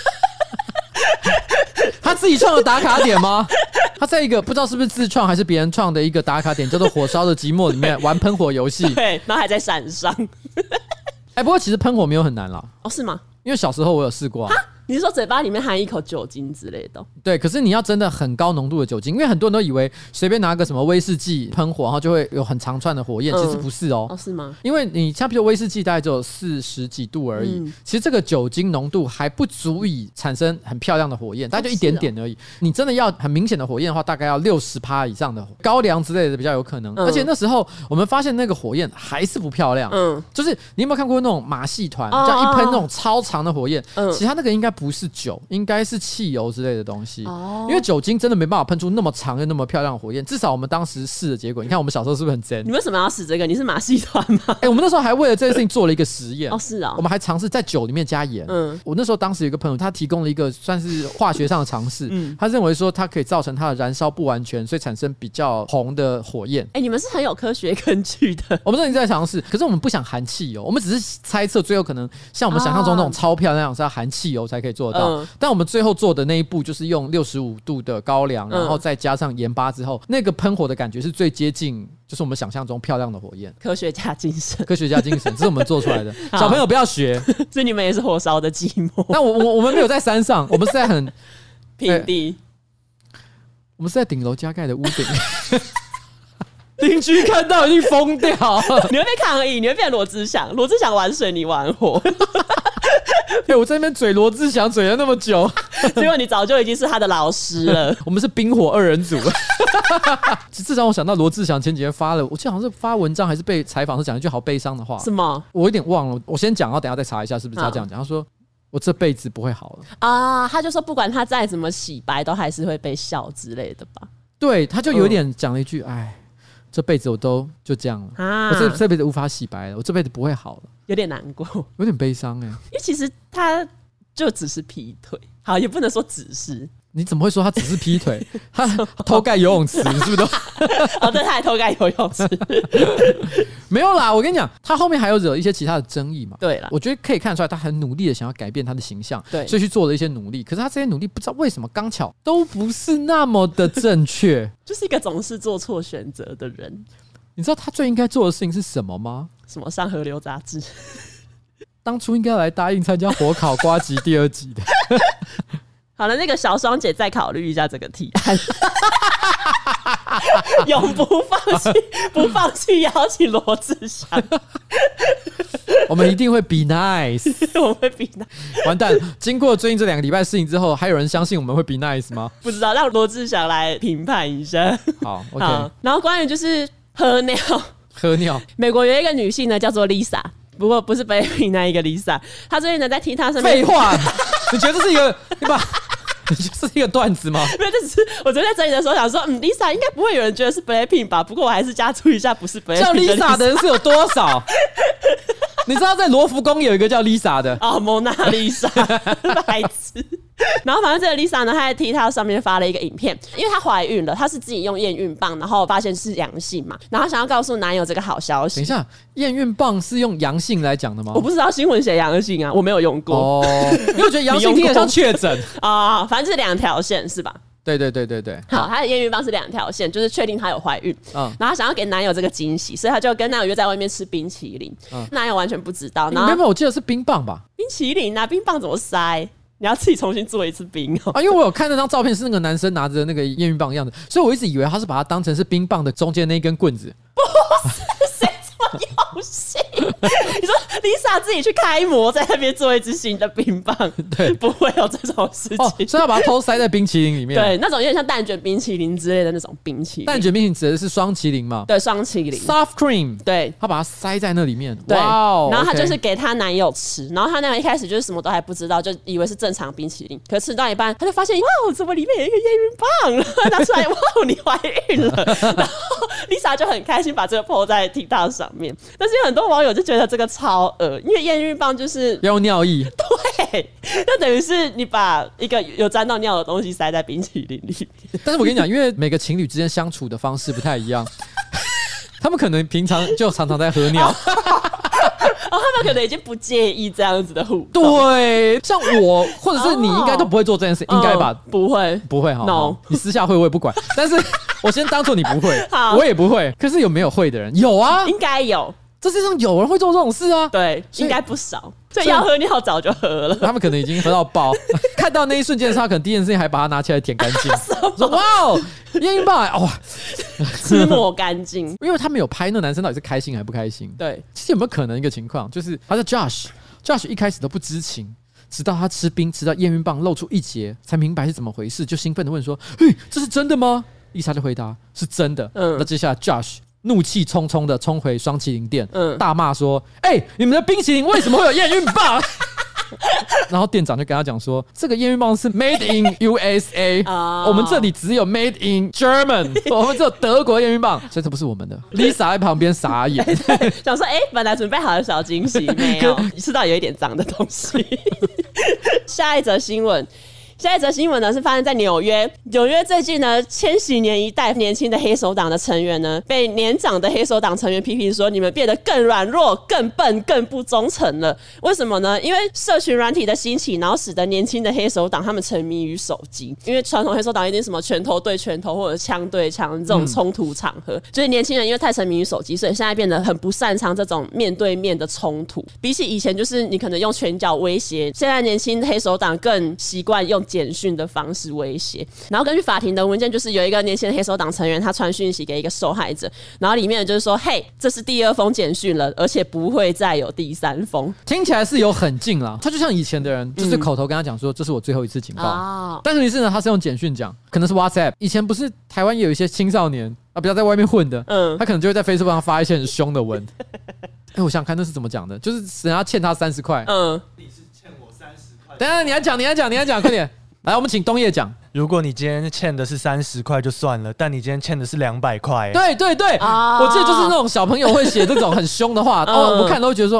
他自己创的打卡点吗？他在一个不知道是不是自创还是别人创的一个打卡点叫做火烧的寂寞里面玩喷火游戏。 对，然后还在山上。 不过其实喷火没有很难啦。 是吗？ 因为小时候我有试过啊。 你是说嘴巴里面含一口酒精之类的？ 对，可是你要真的很高浓度的酒精，因为很多人都以为随便拿个什么威士忌喷火，然后就会有很长串的火焰，其实不是哦。 是吗？ 因为你像比如威士忌大概只有40几度而已，其实这个酒精浓度还不足以产生很漂亮的火焰，大概就一点点而已。你真的要很明显的火焰的话，大概要60%以上的高粱之类的比较有可能。而且那时候我们发现那个火焰还是不漂亮。就是你有没有看过那种马戏团，这样一喷那种超长的火焰？其实它那个应该不是酒，应该是汽油之类的东西。因为酒精真的没办法喷出那么长又那么漂亮的火焰。至少我们当时试的结果，你看我们小时候是不是很真？ 你为什么要试这个？你是马戏团吗？ 我们那时候还为了这件事情做了一个实验。 是啊， 我们还尝试在酒里面加盐。我那时候当时有一个朋友，他提供了一个算是化学上的尝试。他认为说它可以造成它的燃烧不完全，所以产生比较红的火焰。 你们是很有科学根据的。 我们都已经在尝试，可是我们不想含汽油，我们只是猜测最后可能像我们想象中那种超漂亮是要含汽油才可以做得到。但我们最后做的那一步就是用65度的高粱，然后再加上盐巴之后，那个喷火的感觉是最接近就是我们想象中漂亮的火焰。 科学家精神， 科学家精神，这是我们做出来的。小朋友不要学， 所以你们也是火烧的寂寞。 那我们没有在山上，我们是在很平地， 我们是在顶楼加盖的屋顶。邻居看到一定疯掉， 你会被抗议，你会变罗志祥。罗志祥玩水，你玩火。 我在那边嘴罗志祥嘴了那么久， 结果你早就已经是他的老师了。 我们是冰火二人组。至少我想到罗志祥前几天发了，我记得好像是发文章还是被采访时讲一句好悲伤的话。 什么？ 我有点忘了，我先讲，然后等一下再查一下是不是他这样讲。他说我这辈子不会好了啊，他就说不管他再怎么洗白，都还是会被笑之类的吧。 对，他就有点讲了一句，哎。这辈子我都就这样了我这辈子无法洗白了，我这辈子不会好了， 有点难过， 有点悲伤因为其实他就只是劈腿，好也不能说只是， 你怎么会说他只是劈腿？他偷盖游泳池，你是不是都？ 哦，对，他还偷盖游泳池。 没有啦，我跟你讲，他后面还有惹一些其他的争议嘛。 对啦， 我觉得可以看出来，他很努力的想要改变他的形象， 对， 所以去做了一些努力。可是他这些努力不知道为什么刚巧都不是那么的正确， 就是一个总是做错选择的人。 你知道他最应该做的事情是什么吗？ 什么上河流杂志？ 当初应该来答应参加火烤呱吉第2集的。 好了，那个小双姐再考虑一下这个提案，永不放弃邀请罗志祥。 我们一定会 be nice， 我们会 be nice。 完蛋！经过最近这2个礼拜事情之后，还有人相信我们会 be nice 吗？ 不知道，让罗志祥来评判一下。 好 ，OK。 然后关于就是喝尿，美国有一个女性呢，叫做 Lisa。不过不是 Blackpink 那一个 Lisa， 她最近呢在TikTok上面。 废话，你觉得这是一个对吧？你觉得这是一个段子吗？ 没有，这只是我昨天在整理的时候想说，Lisa 应该不会有人觉得是 Blackpink 吧？不过我还是加注一下，不是 Blackpink 叫 Lisa 的人是有多少？你知道在罗浮宫有一个叫 Lisa 的哦，蒙娜丽莎，白痴。然后反正这个 Lisa 呢，她在 TikTok 上面发了一个影片，因为她怀孕了，她是自己用验孕棒，然后发现是阳性嘛，然后想要告诉男友这个好消息。 等一下，验孕棒是用阳性来讲的吗？ 我不知道新闻写阳性啊，我没有用过。哦， 因为我觉得阳性听起来像确诊啊，反正是2条线是吧？ 对。 好，她的验孕棒是2条线，就是确定她有怀孕。然后她想要给男友这个惊喜，所以她就跟男友约在外面吃冰淇淋。男友完全不知道。然后没有，我记得是冰棒吧？ 冰淇淋啊，冰棒怎么塞？你要自己重新做一次冰哦。 因为我有看那张照片，是那个男生拿着那个验孕棒的样子，所以我一直以为他是把它当成是冰棒的中间那一根棍子。 不是，谁这么有心？你说 Lisa 自己去开模，在那边做一支新的冰棒， 对， 不会有这种事情。 所以要把它偷塞在冰淇淋里面。 对，那种有点像蛋卷冰淇淋之类的那种冰淇淋。 蛋卷冰淇淋指的是双淇淋嘛？ 对，双淇淋 ，soft cream。 对， 他把它塞在那里面。 对， 哇， 然后他就是给她男友吃，然后她男友一开始就是什么都还不知道，就以为是正常冰淇淋，可是吃到一半，他就发现哇，怎么里面有一个验孕棒？然后拿出来，哇，你怀孕了。然后 Lisa 就很开心把这个 po 在 TikTok 上面，但是有很多网友就觉得这个超恶，因为验孕棒就是要用尿液， 对，那等于是你把一个有沾到尿的东西塞在冰淇淋里面。 但是我跟你讲，因为每个情侣之间相处的方式不太一样，他们可能平常就常常在喝尿。 他们可能已经不介意这样子的互动。 对，像我或者是你应该都不会做这件事，应该吧？ 不会， 不会哈。 No， 你私下会我也不管，但是我先当做你不会，我也不会。可是有没有会的人？有啊， 应该有。 这世界上有人会做这种事啊？ 对，应该不少。所以要喝尿早就喝了， 他们可能已经喝到爆。看到那一瞬间的时候，他可能第一件事情还把它拿起来舔干净，说哇哦，验孕棒哇， 吃抹干净。 因为他们有拍那男生到底是开心还不开心。 对， 其实有没有可能一个情况，就是他叫 Josh 一开始都不知情，直到他吃冰吃到验孕棒露出一截，才明白是怎么回事，就兴奋的问说：“嘿，这是真的吗？”丽莎就回答：“是真的。”那接下来 Josh 怒气冲冲的冲回双淇淋店，大骂说：“你们的冰淇淋为什么会有验孕棒？”然后店长就跟他讲说：“这个验孕棒是 Made in USA， 我们这里只有 Made in German， 我们只有德国验孕棒，所以这不是我们的。”Lisa 在旁边傻眼， 想说：“本来准备好的小惊喜没有，吃到有一点脏的东西。”下一则新闻呢是发生在纽约。纽约最近呢，千禧年一代年轻的黑手党的成员呢，被年长的黑手党成员批评说，你们变得更软弱、更笨、更不忠诚了。为什么呢？因为社群软体的兴起，然后使得年轻的黑手党他们沉迷于手机。因为传统黑手党一定什么拳头对拳头或者枪对枪这种冲突场合，所以年轻人因为太沉迷于手机，所以现在变得很不擅长这种面对面的冲突。比起以前，就是你可能用拳脚威胁，现在年轻黑手党更习惯用简讯的方式威胁。然后根据法庭的文件，就是有一个年轻的黑手党成员，他传讯息给一个受害者，然后里面就是说：“嘿，这是第2封简讯了，而且不会再有第3封。” 听起来是有很近啦，他就像以前的人，就是口头跟他讲说：“这是我最后一次警告。”但是呢，他是用简讯讲，可能是 WhatsApp。以前不是台湾也有一些青少年不要在外面混的，他可能就会在 Facebook 上发一些很凶的文。我想看那是怎么讲的，就是人家欠他30块， 你是欠我30块。 等一下你来讲，快点。来，我们请东叶讲。 如果你今天欠的是30块就算了，但你今天欠的是200块。 对，我记得就是那种小朋友会写这种很凶的话，我看都会觉得说，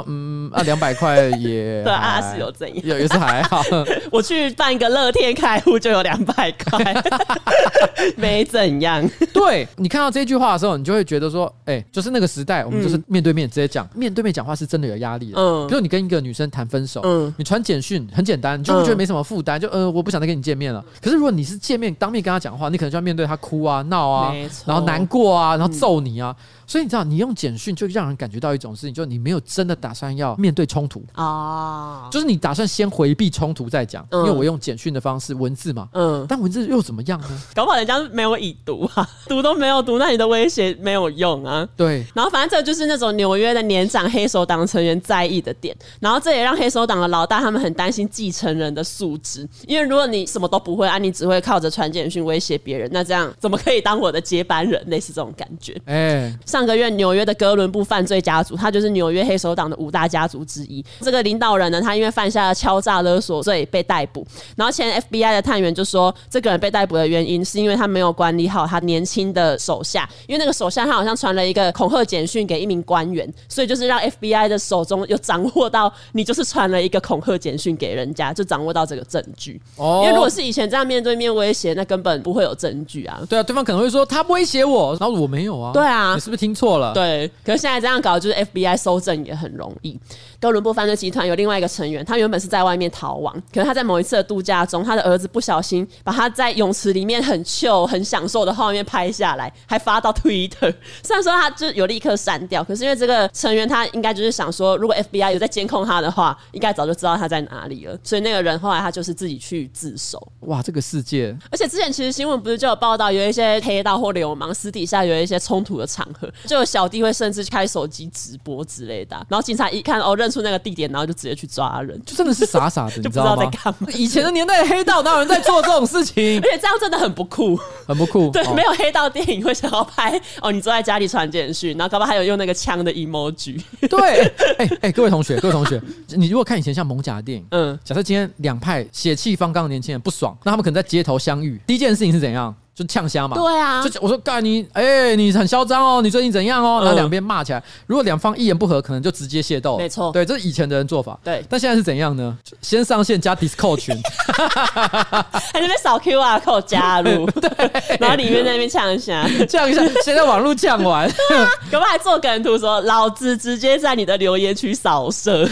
200块也对啊，是有怎样？ 也是还好。 我去办一个乐天开户就有200块，没怎样。 对，你看到这句话的时候，你就会觉得说，就是那个时代，我们就是面对面直接讲，面对面讲话是真的有压力的。比如你跟一个女生谈分手，你传简讯很简单，你就会觉得没什么负担，就我不想再跟你见面了。可是如果你是见面当面跟她讲话，你可能就要面对她哭啊、闹啊，然后难过啊，然后揍你啊。所以你知道，你用简讯就让人感觉到一种事情，就是你没有真的打算要面对冲突啊，就是你打算先回避冲突再讲，因为我用简讯的方式文字嘛，但文字又怎么样呢？ 搞不好人家没有已读啊，读都没有读，那你的威胁没有用啊。 对， 然后反正这就是那种纽约的年长黑手党成员在意的点，然后这也让黑手党的老大他们很担心继承人的素质，因为如果你什么都不会啊，你只会靠着传简讯威胁别人，那这样怎么可以当我的接班人？类似这种感觉。上个月纽约的哥伦布犯罪家族，他就是纽约黑手党的5大家族之一。这个领导人呢，他因为犯下了敲诈勒索罪被逮捕。然后前 FBI 的探员就说，这个人被逮捕的原因是因为他没有管理好他年轻的手下，因为那个手下他好像传了一个恐吓简讯给一名官员，所以就是让 FBI 的手中有掌握到你就是传了一个恐吓简讯给人家，就掌握到这个证据。因为如果是以前这样面对面威胁，那根本不会有证据啊。 对啊，对方可能会说他威胁我，然后我没有啊。 对啊， 你是不是听错了？ 对，可是现在这样搞，就是 FBI 搜证也很容易。哥伦布犯罪集团有另外一个成员，他原本是在外面逃亡，可是他在某一次的度假中，他的儿子不小心把他在泳池里面很 chill 很享受的画面拍下来，还发到 Twitter。虽然说他就有立刻删掉，可是因为这个成员他应该就是想说，如果 FBI 有在监控他的话，应该早就知道他在哪里了，所以那个人后来他就是自己去自首。 哇，这个世界！ 而且之前其实新闻不是就有报道，有一些黑道或流氓私底下有一些冲突的场合，就有小弟会甚至开手机直播之类的，然后警察一看认出那个地点，然后就直接去抓人， 就真的是傻傻的， 就不知道在干嘛。 以前的年代，黑道哪有人在做这种事情？ 而且这样真的很不酷， 很不酷。 对，没有黑道电影会想要拍你坐在家里传简讯，然后搞不好还有用那个枪的 emoji。 对，各位同学，你如果看以前像蒙甲的电影，假设今天两派血气方刚的年轻人不爽，那他们可能在街头相遇，第一件事情是怎样？就呛虾嘛， 对啊， 就我说干你，你很嚣张哦，你最近怎样哦？然后两边骂起来，如果两方一言不合，可能就直接械斗。 没错， 对，这是以前的人做法。 对， 但现在是怎样呢？先上线加 Discord 群， 还在那边扫 QR code 加入，对，然后里面在那边呛一下， 呛一下，现在网络呛完， 搞不好还做梗图说老子直接在你的留言区扫射。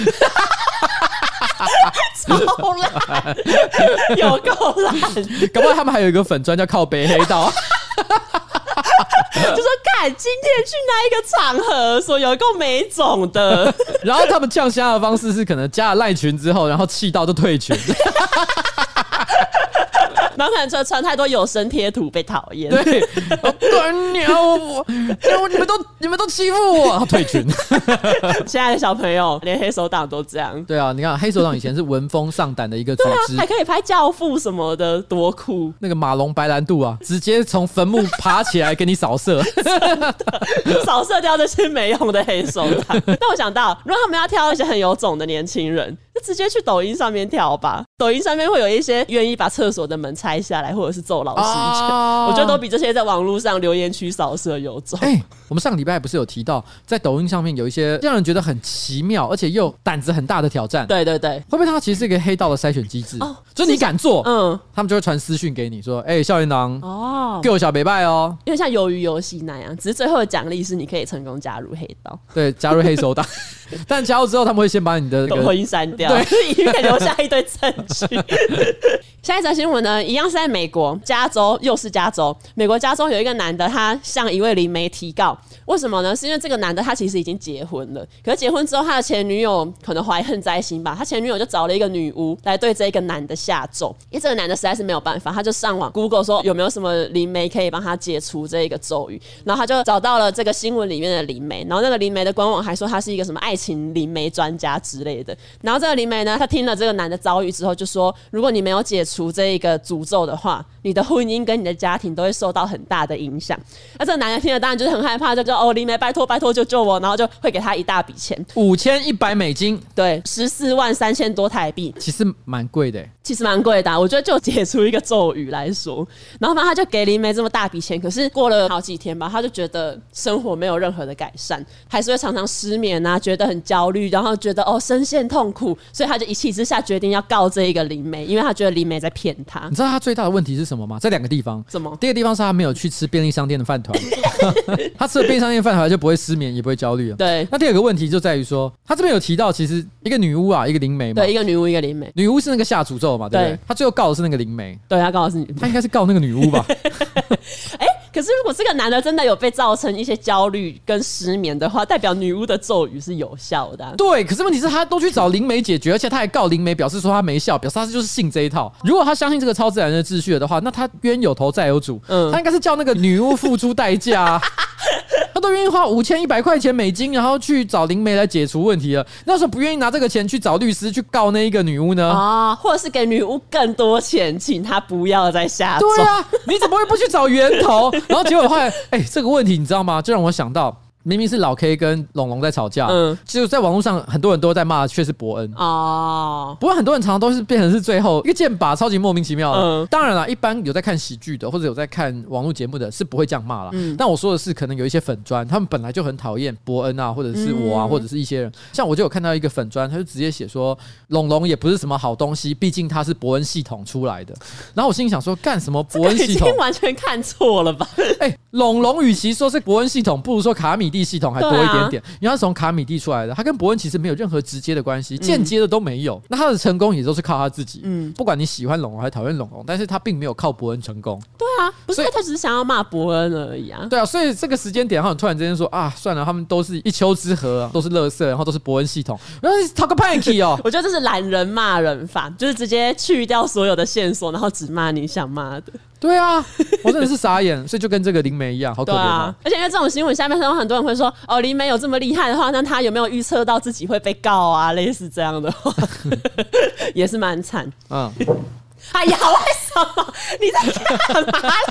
超烂，有够烂！ 搞不好他们还有一个粉专叫靠北黑道， 就说看今天去那一个场合，说有够没种的。 然后他们呛虾的方式是可能加了赖群之后，然后气到就退群。 然后可能传太多有声贴图被讨厌， 对，你们都欺负我，然后退群。 现在的小朋友连黑手党都这样。 对啊，你看黑手党以前是闻风丧胆的一个组织， 还可以拍教父什么的，多酷！ 那个马龙白兰度啊，直接从坟墓爬起来给你扫射， 扫射掉这些没用的黑手党。那我想到，如果他们要挑一些很有种的年轻人，就直接去抖音上面挑吧。抖音上面会有一些愿意把厕所的门拆下来，或者是揍老师一拳，我觉得都比这些在网络上留言区扫射有种。 我们上个礼拜不是有提到，在抖音上面有一些让人觉得很奇妙，而且又胆子很大的挑战。 对，会不会它其实是一个黑道的筛选机制？就是你敢做，他们就会传私讯给你说，校园党给我小北拜哦， 因为像鱿鱼游戏那样，只是最后的奖励是你可以成功加入黑道， 对，加入黑手党。但加入之后，他们会先把你的抖音删掉，对，以免留下一堆证据。下一则新闻呢，一样是在美国加州，又是加州。美国加州有一个男的，他向一位灵媒提告，为什么呢？是因为这个男的他其实已经结婚了，可是结婚之后，他的前女友可能怀恨在心吧，他前女友就找了一个女巫来对这个男的下咒，因为这个男的实在是没有办法，他就上网 Google 说有没有什么灵媒可以帮他解除这个咒语，然后他就找到了这个新闻里面的灵媒，然后那个灵媒的官网还说他是一个什么爱情灵媒专家之类的，然后这个灵媒呢，他听了这个男的遭遇之后就说，如果你没有解除这一个诅咒的话，你的婚姻跟你的家庭都会受到很大的影响。那这个男的听了当然就是很害怕，就说灵媒拜托救救我，然后就会给他一大笔钱 ，$5100， 对，143000多台币， 其实蛮贵的。 其实蛮贵的我觉得就解除一个咒语来说，然后他就给灵媒这么大笔钱，可是过了好几天吧，他就觉得生活没有任何的改善，还是会常常失眠啊，觉得很焦虑，然后觉得深陷痛苦，所以他就一气之下决定要告这一个灵媒，因为他觉得灵媒在骗他。 你知道他最大的问题是什么吗？在2个地方。 什么？ 第一个地方是他没有去吃便利商店的饭团，他吃了便利商店饭团就不会失眠，也不会焦虑了。 对。 那第二个问题就在于说，他这边有提到，其实一个女巫啊，一个灵媒嘛。 对，一个女巫，一个灵媒。 女巫是那个下诅咒嘛，对不对？他最后告的是那个灵媒。 对，他告的是他应该是告那个女巫吧？ 可是如果这个男的真的有被造成一些焦虑跟失眠的话，代表女巫的咒语是有效的。 对，可是问题是他都去找灵媒解决，而且他还告灵媒，表示说他没效，表示他就是信这一套。如果他相信这个超自然的秩序的话，那他冤有头债有主，他应该是叫那个女巫付出代价啊。他都愿意花5100块钱美金，然后去找灵媒来解除问题了。那时候不愿意拿这个钱去找律师去告那一个女巫呢？ 或者是给女巫更多钱，请她不要再下咒。 对啊，你怎么会不去找源头？然后结果后来，这个问题你知道吗？就让我想到。明明是老 K 跟龙龙在吵架，就在网络上很多人都在骂，却是伯恩不过很多人常常都是变成是最后一个剑拔，超级莫名其妙的。当然啦，一般有在看喜剧的或者有在看网络节目的是不会这样骂啦。但我说的是，可能有一些粉专，他们本来就很讨厌伯恩啊，或者是我啊，或者是一些人。像我就有看到一个粉专，他就直接写说，龙龙也不是什么好东西，毕竟他是伯恩系统出来的。然后我心里想说，干什么伯恩系统？ 已经完全看错了吧？ 龙龙与其说是伯恩系统，不如说卡米蒂系统还多一点点，因为他是从卡米蒂出来的，他跟伯恩其实没有任何直接的关系，间接的都没有。那他的成功也都是靠他自己。不管你喜欢龙龙还是讨厌龙龙，但是他并没有靠伯恩成功。 对啊，不是他只是想要骂伯恩而已啊。 对啊，所以这个时间点，他突然之间说啊，算了，他们都是一丘之貉啊，都是垃圾，然后都是伯恩系统，然后讨个叛逆哦。 我觉得这是懒人骂人法，就是直接去掉所有的线索，然后只骂你想骂的。 对啊，我真的是傻眼，所以就跟这个灵媒一样，好可怜啊！ 而且因为这种新闻下面有很多人会说，灵媒有这么厉害的话，那他有没有预测到自己会被告啊？类似这样的话，也是蛮惨。哎呀，为什么你在干嘛啦？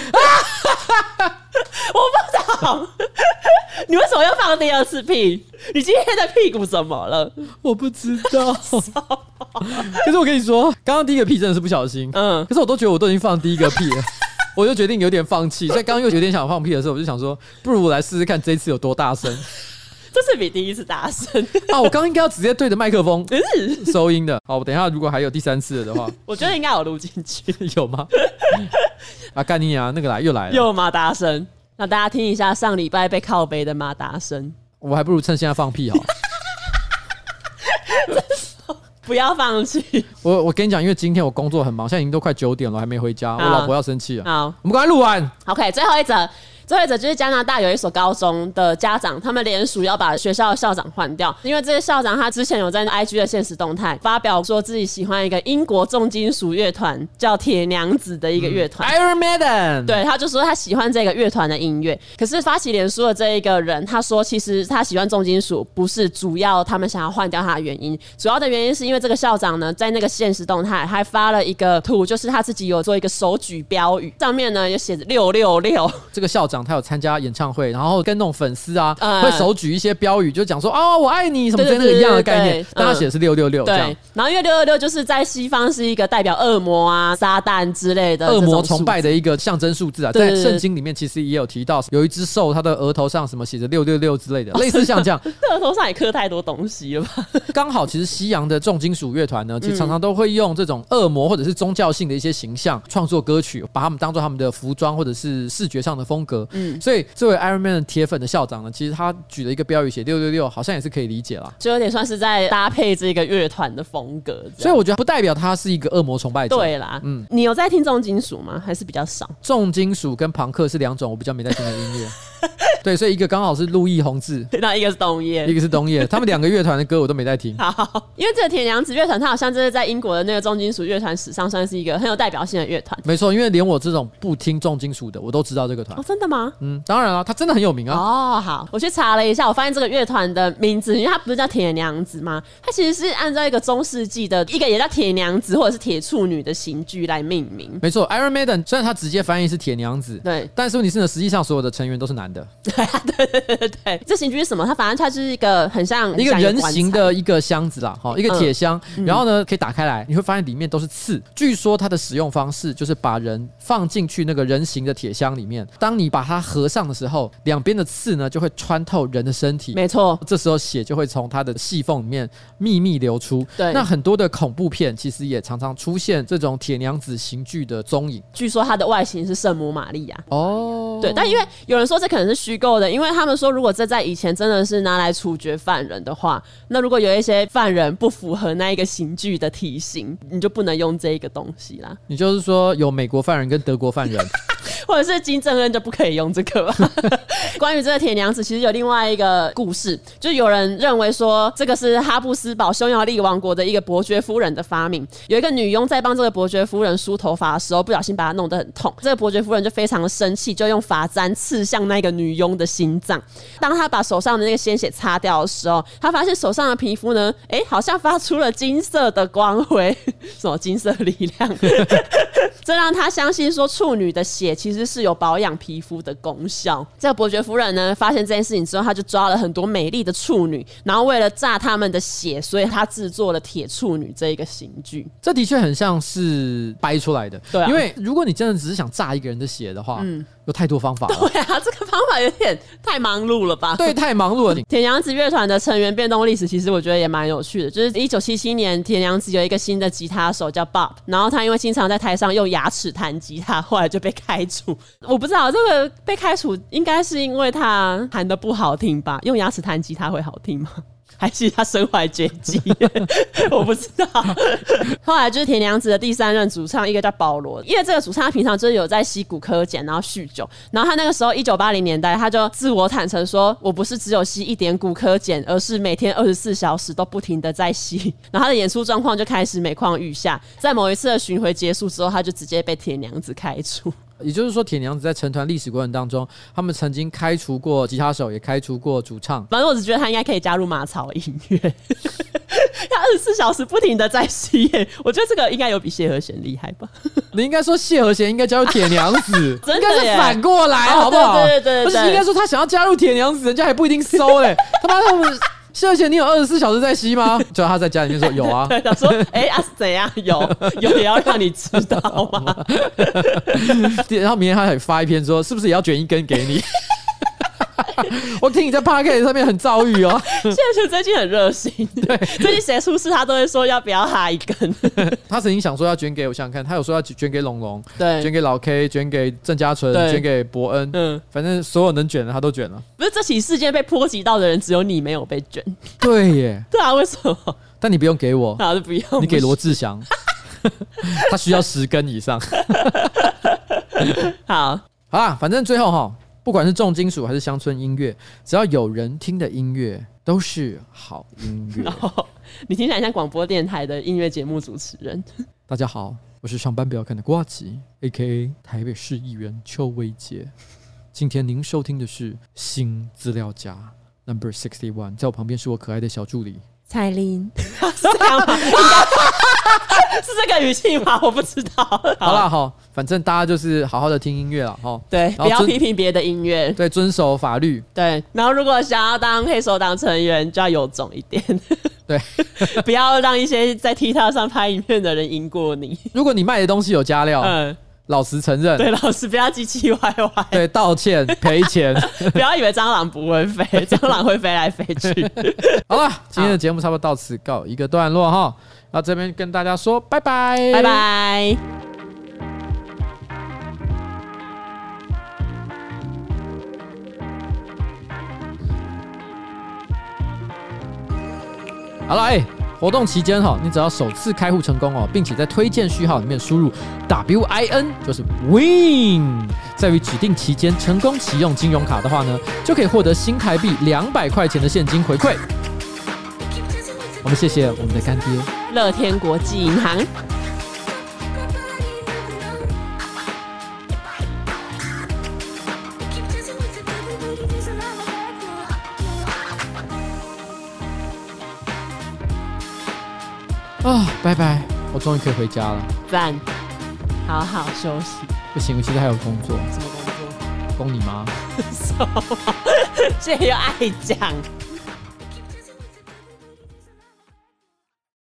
我不懂，你为什么要放第二次屁？你今天的屁股怎么了？ 我不知道。可是我跟你说，刚刚第一个屁真的是不小心。可是我都觉得我都已经放第一个屁了，我就决定有点放弃。所以刚刚又有点想放屁的时候，我就想说，不如我来试试看这一次有多大声。 这次比第一次大声啊！我刚刚应该要直接对着麦克风收音的。好，我等一下如果还有第3次的话， 我觉得应该有录进去。 有吗？啊，干你啊！那个又来了， 又马达声。那大家听一下上礼拜被靠北的马达声。 我还不如趁现在放屁好了。 不要放弃。 我跟你讲，因为今天我工作很忙，现在已经都快9点了，我还没回家，我老婆要生气了。 好， 我们赶快录完。 OK， 最后一则就是加拿大有一所高中的家长，他们联署要把学校的校长换掉，因为这个校长他之前有在 IG 的限时动态发表说自己喜欢一个英国重金属乐团叫铁娘子的一个乐团 Iron Maiden。 对，他就说他喜欢这个乐团的音乐。可是发起脸书的这一个人，他说其实他喜欢重金属不是主要他们想要换掉他的原因，主要的原因是因为这个校长呢在那个限时动态还发了一个图，就是他自己有做一个手举标语，上面呢有写着666。 这个校长他有参加演唱会，然后跟那种粉丝啊，会手举一些标语，就讲说我爱你什么之类的一样的概念，但他写的是666。 对，然后因为666就是在西方是一个代表恶魔啊、撒旦之类的恶魔崇拜的一个象征数字啊，在圣经里面其实也有提到，有一只兽，它的额头上什么写着666之类的，类似像这样。 额头上也刻太多东西了吧？ 刚好，其实西洋的重金属乐团呢，其实常常都会用这种恶魔或者是宗教性的一些形象创作歌曲，把他们当做他们的服装或者是视觉上的风格。所以这位 Iron Man 铁粉的校长呢，其实他举了一个标语写666，好像也是可以理解啦， 就有点算是在搭配这个乐团的风格。 所以我觉得不代表他是一个恶魔崇拜者。 对啦，你有在听重金属吗？还是比较少？ 重金属跟朋克是2种我比较没在听的音乐。对，所以一个刚好是路易弘志， 那一个是东叶， 一个是东叶，他们2个乐团的歌我都没在听。 好，因为这个铁娘子乐团，它好像就是在英国的那个重金属乐团史上算是一个很有代表性的乐团。 没错，因为连我这种不听重金属的，我都知道这个团。 真的吗？ 当然了，他真的很有名啊。 好，我去查了一下，我发现这个乐团的名字，因为它不是叫铁娘子吗？它其实是按照一个中世纪的一个也叫铁娘子或者是铁处女的刑具来命名。 没错 ，Iron Maiden 虽然它直接翻译是铁娘子， 对， 但是问题是呢，实际上所有的成员都是男的。 对啊，对，这刑具是什么？它反正它就是一个很像一个人形的一个箱子啦，一个铁箱，然后呢可以打开来，你会发现里面都是刺。据说它的使用方式就是把人放进去那个人形的铁箱里面，当你把它合上的时候，两边的刺呢就会穿透人的身体， 没错， 这时候血就会从它的细缝里面秘密流出。 对， 那很多的恐怖片其实也常常出现这种铁娘子刑具的踪影。 据说它的外形是圣母玛利亚。对，但因为有人说这可能是虚构的，因为他们说如果这在以前真的是拿来处决犯人的话，那如果有一些犯人不符合那一个刑具的体型，你就不能用这一个东西啦。 你就是说有美国犯人跟德国犯人或者是金正恩就不可以用这个吧。关于这个铁娘子其实有另外一个故事，就是有人认为说这个是哈布斯堡匈牙利王国的一个伯爵夫人的发明。有一个女佣在帮这个伯爵夫人梳头发的时候不小心把她弄得很痛，这个伯爵夫人就非常的生气，就用发簪刺向那个女佣的心脏。当她把手上的那个鲜血擦掉的时候，她发现手上的皮肤呢好像发出了金色的光辉，什么金色力量这让她相信说处女的血其实是有保养皮肤的功效。这个伯爵夫人呢发现这件事情之后，她就抓了很多美丽的处女，然后为了榨他们的血，所以她制作了铁处女这一个刑具。 这的确很像是掰出来的， 对啊， 因为如果你真的只是想榨一个人的血的话，有太多方法了。 对啊，这个方法有点太忙碌了吧？ 对，太忙碌了。 铁娘子乐团的成员变动历史，其实我觉得也蛮有趣的。就是1977年，铁娘子有一个新的吉他手叫 Bob， 然后他因为经常在台上用牙齿弹吉他，后来就被开除。我不知道这个被开除应该是因为他弹得不好听吧？用牙齿弹吉他会好听吗？还是他身怀绝技？我不知道。后来就是铁娘子的第3任主唱，一个叫保罗，因为这个主唱他平常就是有在吸古柯碱，然后酗酒，然后他那个时候1980年代，他就自我坦诚说，我不是只有吸一点古柯碱，而是每天24小时都不停的在吸。然后他的演出状况就开始每况愈下，在某一次的巡回结束之后，他就直接被铁娘子开除。 也就是说，铁娘子在成团历史过程当中，他们曾经开除过吉他手，也开除过主唱。 反正我只觉得他应该可以加入马槽音乐，他24小时不停的在吸耶。我觉得这个应该有比谢和弦厉害吧？ 你应该说谢和弦应该加入铁娘子， 真的应该是反过来，好不好？ 对， 不是应该说他想要加入铁娘子，人家还不一定收嘞。他们。谢和弦，你有24小时在吸吗？就他在家里面说有啊。 他说是怎样？有也要让你知道吗？ 然后明天他还发一篇说，是不是也要卷一根给你？我听你在 Podcast 上面很躁郁哦。 谢和弦最近很热心，对，最近谁出事他都会说要不要哈一根。 他曾经想说要捐给我，想想看，他有说要捐给龙龙， 对， 捐给老 K， 捐给郑家纯，捐给伯恩，反正所有能卷的他都卷了。 不是这起事件被波及到的人，只有你没有被卷。 对耶， 对啊，为什么？ 但你不用给我， 就不用， 你给罗志祥，他需要10根以上。 好啦，反正最后不管是重金属还是乡村音乐，只要有人听的音乐都是好音乐。 你听起来像广播电台的音乐节目主持人。 大家好，我是上班不要看的呱吉 ，A.K.A. 台北市议员邱威杰。今天您收听的是新资料夹 No.61， 在我旁边是我可爱的小助理彩玲。是这样吗？是这个语气吗？我不知道。 好啦，反正大家就是好好的听音乐啦， 对，不要批评别的音乐， 对，遵守法律， 对。然后如果想要当黑手党成员，就要有种一点， 对， 不要让一些在 TikTok 上拍影片的人赢过你。 如果你卖的东西有加料，老实承认， 对，老实不要唧唧歪歪， 对，道歉赔钱， 不要以为蟑螂不会飞，蟑螂会飞来飞去。 好了，今天的节目差不多到此告一个段落哈，那这边跟大家说拜拜， 拜拜。 好了，活动期间你只要首次开户成功并且在推荐序号里面输入 WIN， 就是 Win， 在于指定期间成功启用金融卡的话呢，就可以获得新台币200块钱的现金回馈。我们谢谢我们的干爹乐天国际银行。 拜拜，我终于可以回家了。 赞，好好休息。 不行，我其实还有工作。 什么工作？ 供你妈。 什么？ 这又爱讲。